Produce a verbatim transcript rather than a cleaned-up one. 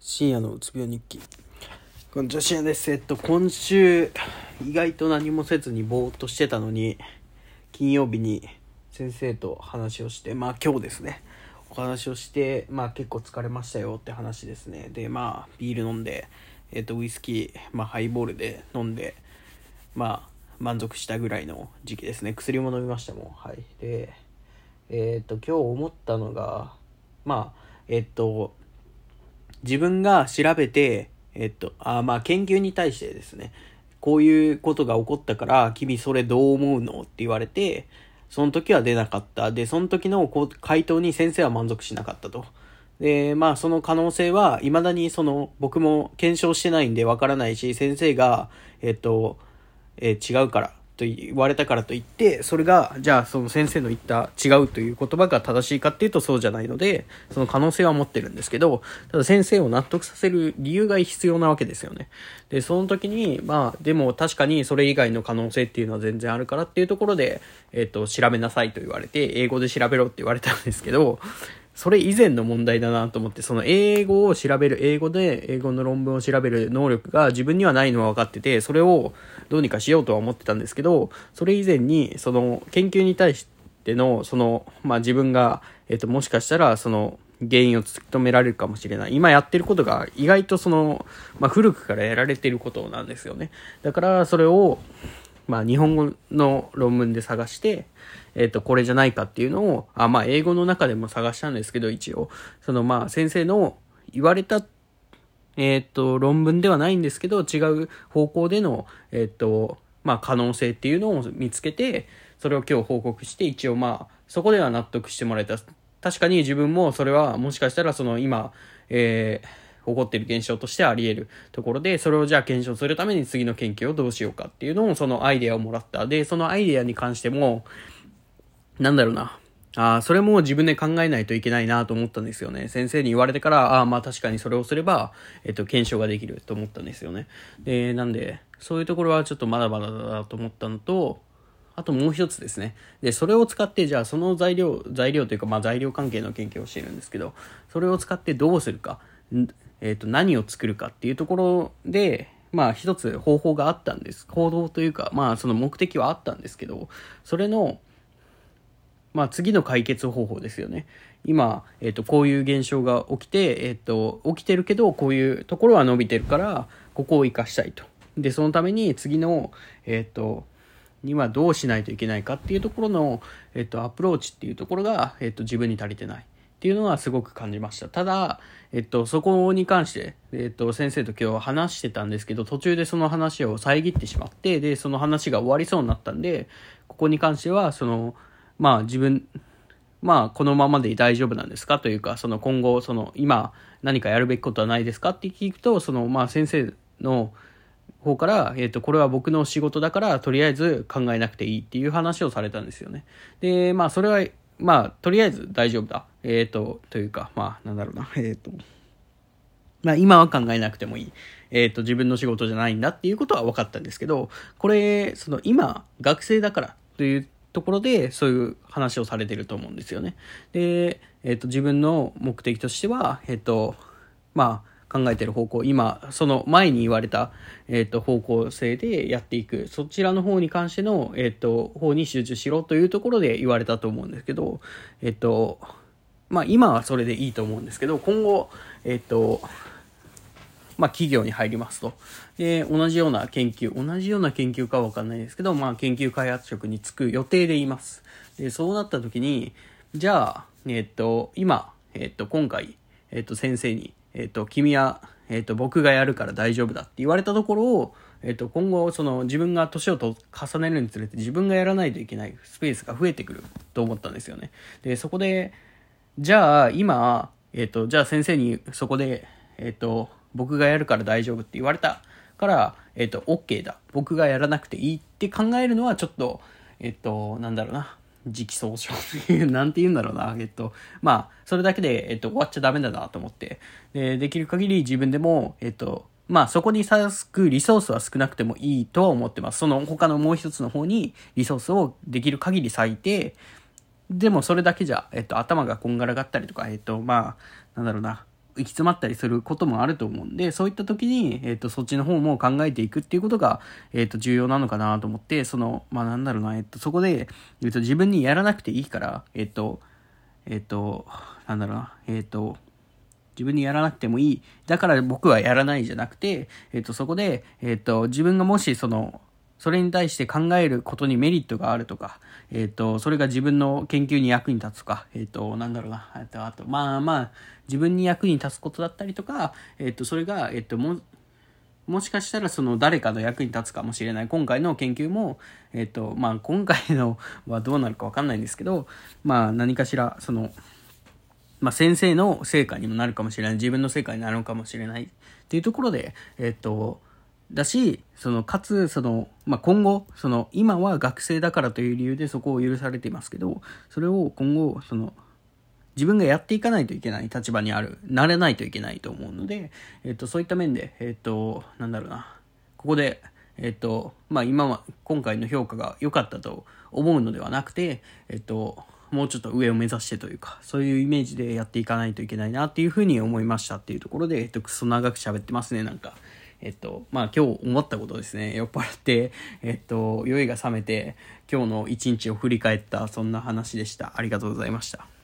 深夜のうつ病日記。こんにちは、深夜です。えっと今週意外と何もせずにぼーっとしてたのに、金曜日に先生と話をして、まあ今日ですねお話をして、まあ結構疲れましたよって話ですね。でまあビール飲んで、えっとウイスキー、まあハイボールで飲んで、まあ満足したぐらいの時期ですね。薬も飲みましたもん。はい。でえっと今日思ったのが、まあえっと自分が調べて、えっと、あまあ研究に対してですね、こういうことが起こったから、君それどう思うのって言われて、その時は出なかった。で、その時の回答に先生は満足しなかったと。で、まあその可能性は、未だにその、僕も検証してないんでわからないし、先生が、えっと、えー違うから、と言われたからといって、それが、じゃあその先生の言った違うという言葉が正しいかっていうとそうじゃないので、その可能性は持ってるんですけど、ただ先生を納得させる理由が必要なわけですよね。で、その時に、まあ、でも確かにそれ以外の可能性っていうのは全然あるからっていうところで、えっと、調べなさいと言われて、英語で調べろって言われたんですけど、それ以前の問題だなと思って、その英語を調べる、英語で英語の論文を調べる能力が自分にはないのは分かってて、それをどうにかしようとは思ってたんですけど、それ以前に、その研究に対しての、その、まあ自分が、えっと、もしかしたら、その、原因を突き止められるかもしれない。今やってることが意外とその、まあ古くからやられていることなんですよね。だから、それを、まあ日本語の論文で探して、えっと、これじゃないかっていうのを、あ、まあ英語の中でも探したんですけど、一応、そのまあ先生の言われた、えっと、論文ではないんですけど、違う方向での、えっと、まあ可能性っていうのを見つけて、それを今日報告して、一応まあ、そこでは納得してもらえた。確かに自分もそれはもしかしたらその今、えー、起こっている現象としてあり得るところで、それをじゃあ検証するために次の研究をどうしようかっていうのを、そのアイデアをもらった。で、そのアイデアに関しても、なんだろうな。ああ、それも自分で考えないといけないなと思ったんですよね。先生に言われてから、ああ、まあ確かにそれをすれば、えっと、検証ができると思ったんですよね。で、なんで、そういうところはちょっとまだまだだなと思ったのと、あともう一つですね。で、それを使って、じゃあその材料、材料というか、まあ材料関係の研究をしているんですけど、それを使ってどうするか。えっと、何を作るかっていうところで、まあ一つ方法があったんです。行動というか、まあその目的はあったんですけど、それの、まあ次の解決方法ですよね。今、えっと、こういう現象が起きて、えっと、起きてるけど、こういうところは伸びてるから、ここを活かしたいと。で、そのために次の、えっと、にはどうしないといけないかっていうところの、えっと、アプローチっていうところが、えっと、自分に足りてない。っていうのはすごく感じました。ただ、えっと、そこに関して、えっと、先生と今日話してたんですけど、途中でその話を遮ってしまって、で、その話が終わりそうになったんで、ここに関しては、その、まあ自分、まあこのままで大丈夫なんですかというか、その今後、その今何かやるべきことはないですかって聞くと、その、まあ先生の方から、えっと、これは僕の仕事だから、とりあえず考えなくていいっていう話をされたんですよね。で、まあそれは、まあ、とりあえず大丈夫だ。えっと、というか、まあ、なんだろうな。えっと、まあ、今は考えなくてもいい。えっと、自分の仕事じゃないんだっていうことは分かったんですけど、これ、その、今、学生だからというところで、そういう話をされてると思うんですよね。で、えっと、自分の目的としては、えっと、まあ、考えてる方向、今、その前に言われた、えっと、方向性でやっていく、そちらの方に関しての、えっと、方に集中しろというところで言われたと思うんですけど、えっと、まあ、今はそれでいいと思うんですけど、今後、えっと、まあ、企業に入りますと。で、同じような研究、同じような研究かはわかんないですけど、まあ、研究開発職に就く予定でいます。で、そうなった時に、じゃあ、えっと、今、えっと、今回、えっと、先生に、えっと、君は、えっと、僕がやるから大丈夫だって言われたところを、えっと、今後、その、自分が年をと重ねるにつれて自分がやらないといけないスペースが増えてくると思ったんですよね。で、そこで、じゃあ、今、えっと、じゃあ先生にそこで、えっと、僕がやるから大丈夫って言われたから、えっと、OK だ。僕がやらなくていいって考えるのはちょっと、えっと、なんだろうな。時期尚早っていう、なんて言うんだろうな。えっと、まあ、それだけで、えっと、終わっちゃダメだなと思って。で、できる限り自分でも、えっと、まあ、そこに割くリソースは少なくてもいいとは思ってます。その他のもう一つの方にリソースをできる限り割いて、でもそれだけじゃ、えっと、頭がこんがらがったりとか、えっと、まあ、なんだろうな。 行き詰まったりすることもあると思うんで、そういった時に、えっと、そっちの方も考えていくっていうことが、えっと、重要なのかなと思って、その、まあ、なんだろうな、えっと、そこで、えっと、自分にやらなくていいから、えっと、えっと、なんだろうな、えっと、自分にやらなくてもいい。だから僕はやらないじゃなくて、えっと、そこで、えっと、自分がもしその、それに対して考えることにメリットがあるとか、えっと、それが自分の研究に役に立つとか、えっと、なんだろうな、あと、あと、まあまあ、自分に役に立つことだったりとか、えっと、それが、えっと、も、もしかしたらその誰かの役に立つかもしれない。今回の研究も、えっと、まあ今回のはどうなるかわかんないんですけど、まあ何かしら、その、まあ先生の成果にもなるかもしれない。自分の成果になるのかもしれない。っていうところで、えっと、だし、その、かつ、その、まあ、今後、その、今は学生だからという理由でそこを許されていますけど、それを今後、その、自分がやっていかないといけない立場にある、なれないといけないと思うので、えっと、そういった面で、えっと、なんだろうな、ここで、えっと、まあ、今は、今回の評価が良かったと思うのではなくて、えっと、もうちょっと上を目指してというか、そういうイメージでやっていかないといけないなっていうふうに思いましたっていうところで、えっと、クソ長く喋ってますね、なんか。えっと、まあ今日思ったことですね。酔っ払って、えっと、酔いが覚めて、今日の一日を振り返った、そんな話でした。ありがとうございました。